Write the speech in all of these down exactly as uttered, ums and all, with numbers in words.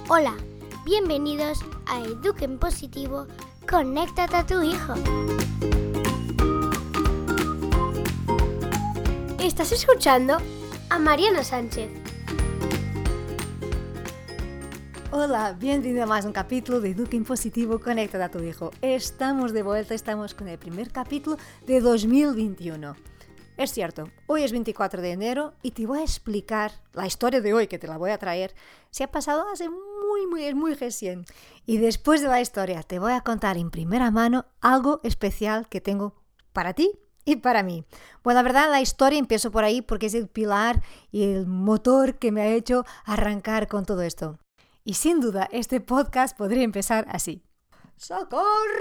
Hola, bienvenidos a Educa en Positivo, conéctate a tu hijo. Estás escuchando a Mariana Sánchez. Hola, bienvenido a más un capítulo de Educa en Positivo, conéctate a tu hijo. Estamos de vuelta, estamos con el primer capítulo de dos mil veintiuno. Es cierto, hoy es veinticuatro de enero y te voy a explicar la historia de hoy, que te la voy a traer. Se ha pasado hace muy, muy, muy recién. Y después de la historia te voy a contar en primera mano algo especial que tengo para ti y para mí. Bueno, la verdad, la historia empiezo por ahí porque es el pilar y el motor que me ha hecho arrancar con todo esto. Y sin duda, este podcast podría empezar así. ¡Socorro!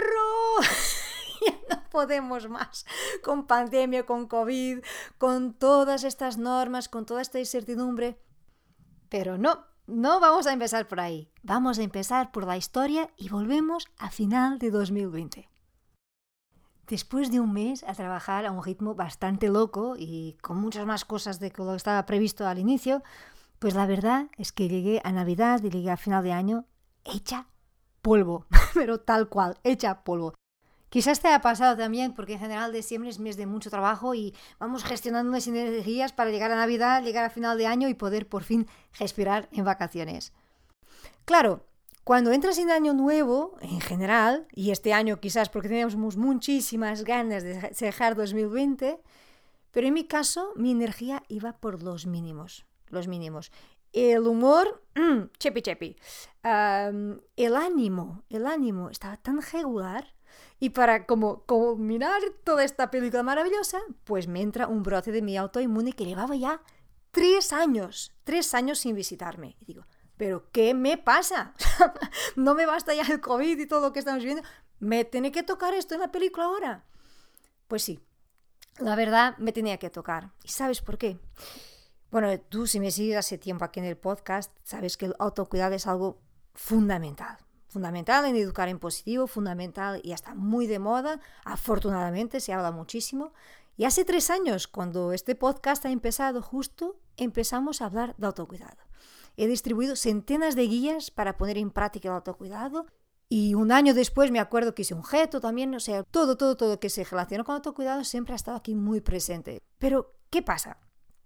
Ya no podemos más con pandemia, con COVID, con todas estas normas, con toda esta incertidumbre. Pero no, no vamos a empezar por ahí. Vamos a empezar por la historia y volvemos a final de dos mil veinte. Después de un mes a trabajar a un ritmo bastante loco y con muchas más cosas de lo que estaba previsto al inicio, pues la verdad es que llegué a Navidad y llegué a final de año hecha polvo, pero tal cual, hecha polvo. Quizás te haya pasado también porque en general diciembre es mes de mucho trabajo y vamos gestionando las energías para llegar a Navidad, llegar a final de año y poder por fin respirar en vacaciones. Claro, cuando entras en año nuevo, en general, y este año quizás porque teníamos muchísimas ganas de dejar dos mil veinte, pero en mi caso mi energía iba por los mínimos, los mínimos. El humor, mmm, chepi chepi. Um, el ánimo, el ánimo estaba tan regular. Y para como culminar toda esta película maravillosa, pues me entra un brote de mi autoinmune que llevaba ya tres años, tres años sin visitarme. Y digo, ¿pero qué me pasa? No me basta ya el COVID y todo lo que estamos viviendo. ¿Me tiene que tocar esto en la película ahora? Pues sí, la verdad me tenía que tocar. ¿Y sabes por qué? Bueno, tú si me sigues hace tiempo aquí en el podcast, sabes que el autocuidado es algo fundamental. Fundamental en educar en positivo, fundamental y hasta muy de moda. Afortunadamente se habla muchísimo. Y hace tres años, cuando este podcast ha empezado, justo empezamos a hablar de autocuidado. He distribuido centenas de guías para poner en práctica el autocuidado. Y un año después me acuerdo que hice un reto también. O sea, todo, todo, todo que se relaciona con autocuidado siempre ha estado aquí muy presente. Pero, ¿qué pasa?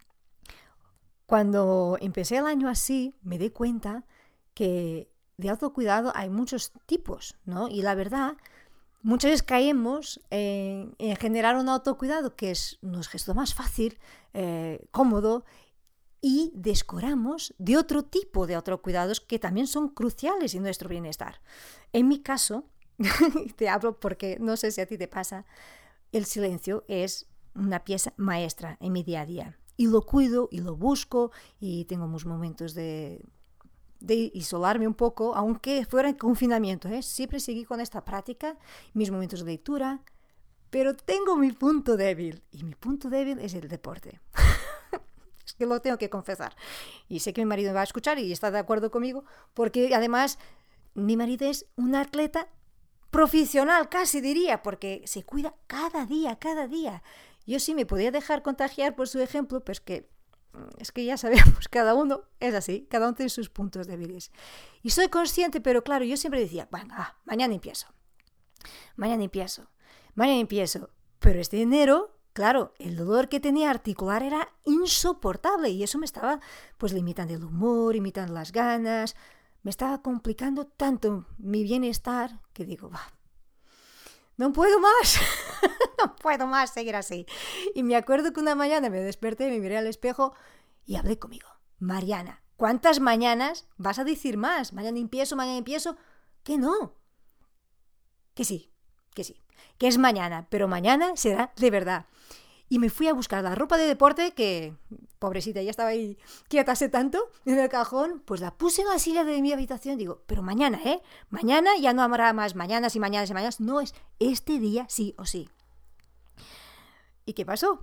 Cuando empecé el año así, me di cuenta que de autocuidado hay muchos tipos, ¿no? Y la verdad, muchas veces caemos en, en generar un autocuidado que es nuestro gesto más fácil, eh, cómodo, y descuramos de otro tipo de autocuidados que también son cruciales en nuestro bienestar. En mi caso, te hablo porque no sé si a ti te pasa, el silencio es una pieza maestra en mi día a día. Y lo cuido y lo busco y tengo unos momentos de... de isolarme un poco, aunque fuera en confinamiento, ¿eh? Siempre seguí con esta práctica, mis momentos de lectura, pero tengo mi punto débil, y mi punto débil es el deporte. Es que lo tengo que confesar. Y sé que mi marido me va a escuchar y está de acuerdo conmigo, porque además mi marido es un atleta profesional, casi diría, porque se cuida cada día, cada día. Yo sí me podía dejar contagiar por su ejemplo, pero es que Es que ya sabemos, cada uno es así, cada uno tiene sus puntos débiles. Y soy consciente, pero claro, yo siempre decía, bueno, ah, mañana empiezo, mañana empiezo, mañana empiezo. Pero este enero, claro, el dolor que tenía articular era insoportable y eso me estaba pues limitando el humor, limitando las ganas, me estaba complicando tanto mi bienestar que digo, va, no puedo más, no puedo más seguir así. Y me acuerdo que una mañana me desperté, me miré al espejo y hablé conmigo. Mariana, ¿cuántas mañanas vas a decir más? Mañana empiezo, mañana empiezo. Que no. Que sí, que sí. Que es mañana, pero mañana será de verdad. Y me fui a buscar la ropa de deporte que, pobrecita, ya estaba ahí quieta hace tanto en el cajón, pues la puse en la silla de mi habitación. Digo, pero mañana, ¿eh? Mañana ya no habrá más mañanas y mañanas y mañanas. No, es este día sí o sí. ¿Y qué pasó?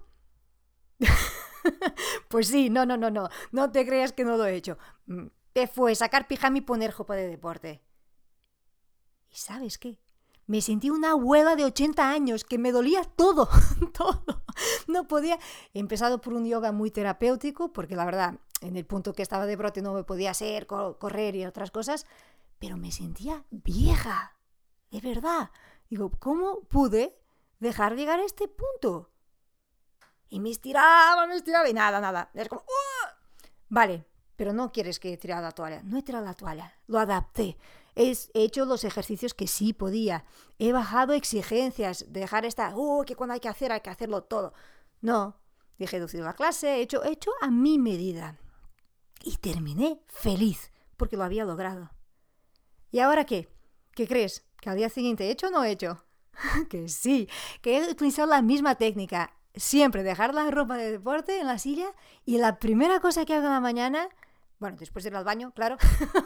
Pues sí, no, no, no, no. No te creas que no lo he hecho. Te fue sacar pijama y poner ropa de deporte. ¿Y sabes qué? Me sentí una abuela de ochenta años, que me dolía todo, todo. No podía. He empezado por un yoga muy terapéutico, porque la verdad, en el punto que estaba de brote no me podía hacer, correr y otras cosas, pero me sentía vieja, de verdad. Digo, ¿cómo pude dejar llegar a este punto? Y me estiraba, me estiraba y nada, nada. Es como, ¡uh! Vale, pero no quieres que he tirado la toalla. No he tirado la toalla, lo adapté. He hecho los ejercicios que sí podía. He bajado exigencias, dejar esta, ¡uh! Que cuando hay que hacer, hay que hacerlo todo. No, dejé de la clase, he hecho, he hecho a mi medida. Y terminé feliz, porque lo había logrado. ¿Y ahora qué? ¿Qué crees? ¿Que al día siguiente he hecho o no he hecho? Que sí, que he utilizado la misma técnica. Siempre dejar la ropa de deporte en la silla y la primera cosa que hago en la mañana, bueno, después de ir al baño, claro,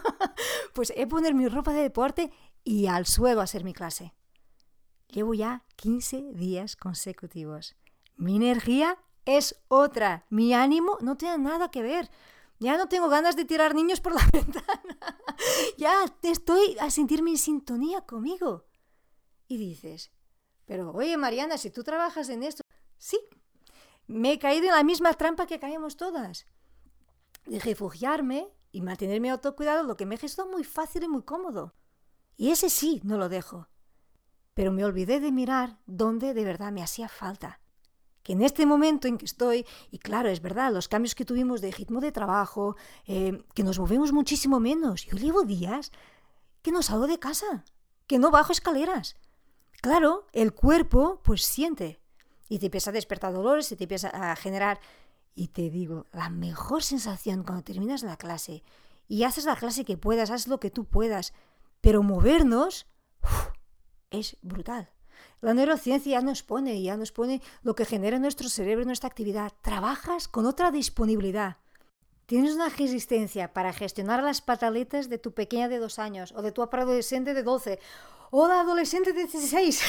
pues he poner mi ropa de deporte y al suelo a hacer mi clase. Llevo ya quince días consecutivos. Mi energía es otra. Mi ánimo no tiene nada que ver. Ya no tengo ganas de tirar niños por la ventana. Ya estoy a sentirme en sintonía conmigo. Y dices, pero oye Mariana, si tú trabajas en esto... Sí, me he caído en la misma trampa que caemos todas. De refugiarme y mantener mi autocuidado, lo que me resulta muy fácil y muy cómodo. Y ese sí, no lo dejo. Pero me olvidé de mirar dónde de verdad me hacía falta. Que en este momento en que estoy, y claro, es verdad, los cambios que tuvimos de ritmo de trabajo, eh, que nos movemos muchísimo menos. Yo llevo días que no salgo de casa, que no bajo escaleras. Claro, el cuerpo pues siente. Y te empieza a despertar dolores, y te empieza a generar... Y te digo, la mejor sensación cuando terminas la clase y haces la clase que puedas, haz lo que tú puedas, pero movernos uf, es brutal. La neurociencia ya nos pone, ya nos pone lo que genera nuestro cerebro, nuestra actividad. Trabajas con otra disponibilidad. Tienes una resistencia para gestionar las pataletas de tu pequeña de dos años o de tu adolescente de doce o de adolescente de dieciséis.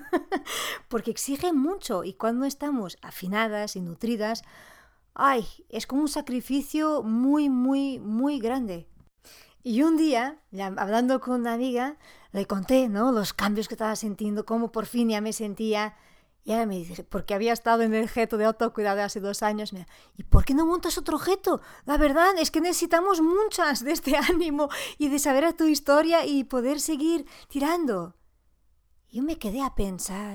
Porque exige mucho y cuando estamos afinadas y nutridas, ay, es como un sacrificio muy, muy, muy grande. Y un día, ya hablando con una amiga, le conté, ¿no?, los cambios que estaba sintiendo, cómo por fin ya me sentía. Y ahora me dice, porque había estado en el reto de autocuidado hace dos años, me dice, ¿y por qué no montas otro reto? La verdad es que necesitamos muchas de este ánimo y de saber a tu historia y poder seguir tirando. Y yo me quedé a pensar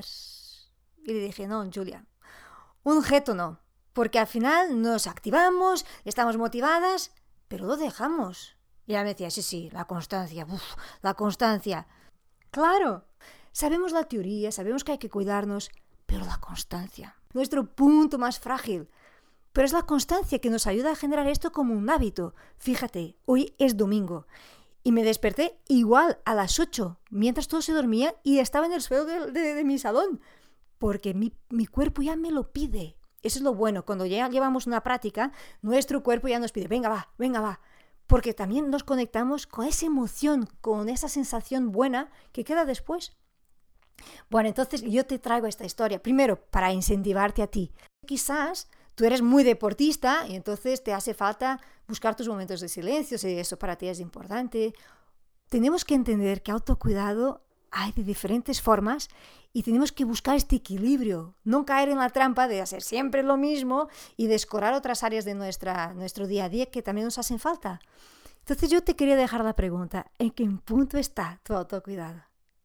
y le dije, no, Julia, un reto no, porque al final nos activamos, estamos motivadas, pero lo dejamos. Y ella me decía, sí, sí, la constancia, uf, la constancia. Claro, sabemos la teoría, sabemos que hay que cuidarnos, pero la constancia, nuestro punto más frágil. Pero es la constancia que nos ayuda a generar esto como un hábito. Fíjate, hoy es domingo y me desperté igual a las ocho, mientras todo se dormía y estaba en el suelo de, de, de mi salón, porque mi, mi cuerpo ya me lo pide. Eso es lo bueno, cuando ya llevamos una práctica, nuestro cuerpo ya nos pide, venga va, venga va. Porque también nos conectamos con esa emoción, con esa sensación buena que queda después. Bueno, entonces yo te traigo esta historia, primero para incentivarte a ti. Quizás tú eres muy deportista y entonces te hace falta buscar tus momentos de silencio, si eso para ti es importante. Tenemos que entender que autocuidado hay de diferentes formas y tenemos que buscar este equilibrio, no caer en la trampa de hacer siempre lo mismo y descurar otras áreas de nuestra, nuestro día a día que también nos hacen falta. Entonces yo te quería dejar la pregunta, ¿en qué punto está tu autocuidado?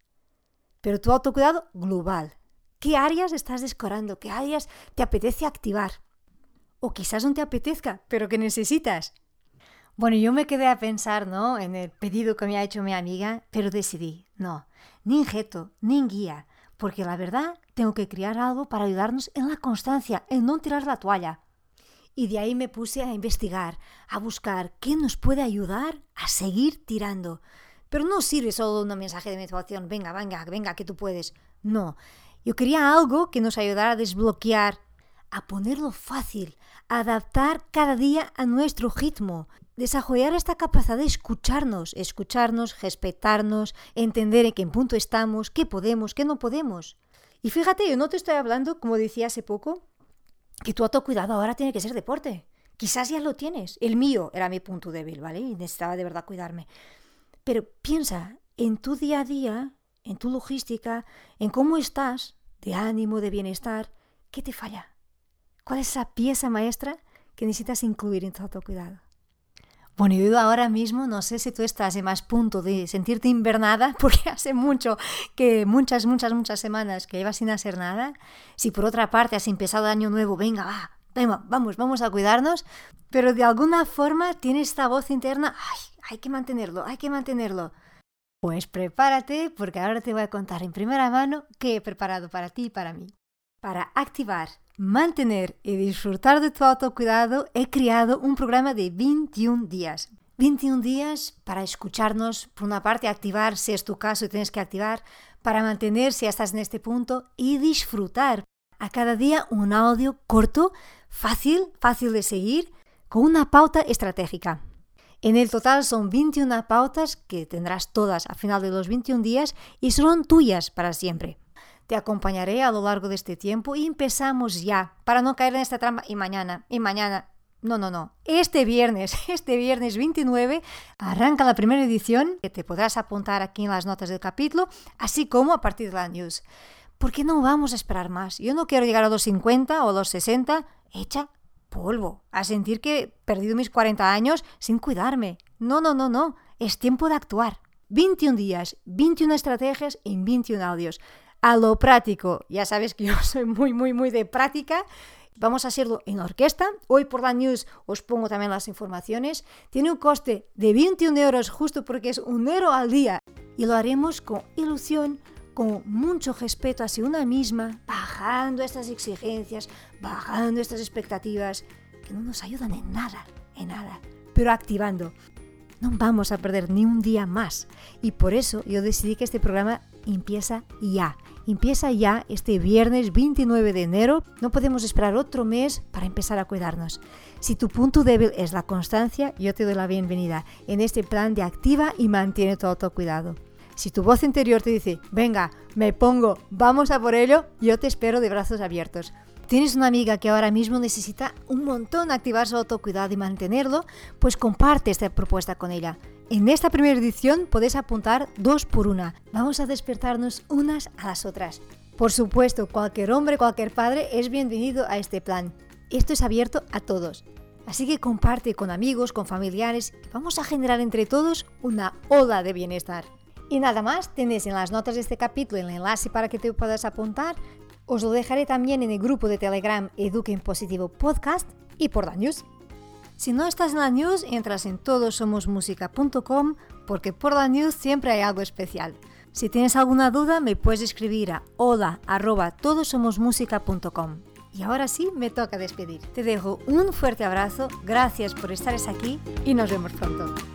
Pero tu autocuidado global. ¿Qué áreas estás descurando? ¿Qué áreas te apetece activar? O quizás no te apetezca, pero que necesitas. Bueno, yo me quedé a pensar, ¿no?, en el pedido que me ha hecho mi amiga, pero decidí, no, ni en reto, ni en guía, porque la verdad tengo que crear algo para ayudarnos en la constancia, en no tirar la toalla. Y de ahí me puse a investigar, a buscar qué nos puede ayudar a seguir tirando. Pero no sirve solo un mensaje de motivación, venga, venga, venga, que tú puedes. No, yo quería algo que nos ayudara a desbloquear, a ponerlo fácil, a adaptar cada día a nuestro ritmo, desarrollar esta capacidad de escucharnos, escucharnos, respetarnos, entender en qué punto estamos, qué podemos, qué no podemos. Y fíjate, yo no te estoy hablando, como decía hace poco, que tu autocuidado ahora tiene que ser deporte. Quizás ya lo tienes. El mío era mi punto débil, ¿vale? Y necesitaba de verdad cuidarme. Pero piensa en tu día a día, en tu logística, en cómo estás, de ánimo, de bienestar. ¿Qué te falla? ¿Cuál es esa pieza maestra que necesitas incluir en tu autocuidado. Bueno, yo ahora mismo no sé si tú estás en más punto de sentirte invernada, porque hace mucho que muchas, muchas, muchas semanas que llevas sin hacer nada. Si por otra parte has empezado el año nuevo, venga, va, venga, vamos, vamos a cuidarnos. Pero de alguna forma tienes esta voz interna, ay, hay que mantenerlo, hay que mantenerlo. Pues prepárate, porque ahora te voy a contar en primera mano qué he preparado para ti y para mí. Para activar, mantener y disfrutar de tu autocuidado, he creado un programa de veintiún días. veintiún días para escucharnos, por una parte activar si es tu caso y tienes que activar, para mantener si ya estás en este punto y disfrutar. A cada día un audio corto, fácil, fácil de seguir, con una pauta estratégica. En el total son veintiuna pautas que tendrás todas al final de los veintiún días y son tuyas para siempre. Te acompañaré a lo largo de este tiempo y empezamos ya, para no caer en esta trampa y mañana, y mañana. No, no, no. Este viernes, este viernes veintinueve, arranca la primera edición que te podrás apuntar aquí en las notas del capítulo, así como a partir de la news. Porque no vamos a esperar más. Yo no quiero llegar a los cincuenta o a los sesenta hecha polvo, a sentir que he perdido mis cuarenta años sin cuidarme. No, no, no, no. Es tiempo de actuar. veintiún días, veintiuna estrategias en veintiún audios. A lo práctico, ya sabes que yo soy muy, muy, muy de práctica. Vamos a hacerlo en orquesta. Hoy por la news os pongo también las informaciones. Tiene un coste de veintiún euros justo porque es un euro al día. Y lo haremos con ilusión, con mucho respeto hacia una misma, bajando estas exigencias, bajando estas expectativas que no nos ayudan en nada, en nada, pero activando. No vamos a perder ni un día más. Y por eso yo decidí que este programa empieza ya. Empieza ya este viernes veintinueve de enero. No podemos esperar otro mes para empezar a cuidarnos. Si tu punto débil es la constancia, yo te doy la bienvenida en este plan de activa y mantiene tu autocuidado. Si tu voz interior te dice, venga, me pongo, vamos a por ello, yo te espero de brazos abiertos. ¿Tienes una amiga que ahora mismo necesita un montón activar su autocuidado y mantenerlo? Pues comparte esta propuesta con ella. En esta primera edición podéis apuntar dos por una. Vamos a despertarnos unas a las otras. Por supuesto, cualquier hombre, cualquier padre es bienvenido a este plan. Esto es abierto a todos. Así que comparte con amigos, con familiares. Vamos a generar entre todos una ola de bienestar. Y nada más, tenéis en las notas de este capítulo el enlace para que te puedas apuntar. Os lo dejaré también en el grupo de Telegram Educa en Positivo Podcast y por la news. Si no estás en la news, entras en todos somos música punto com porque por la news siempre hay algo especial. Si tienes alguna duda, me puedes escribir a hola arroba todos somos música punto com. Y ahora sí, me toca despedir. Te dejo un fuerte abrazo, gracias por estar aquí y nos vemos pronto.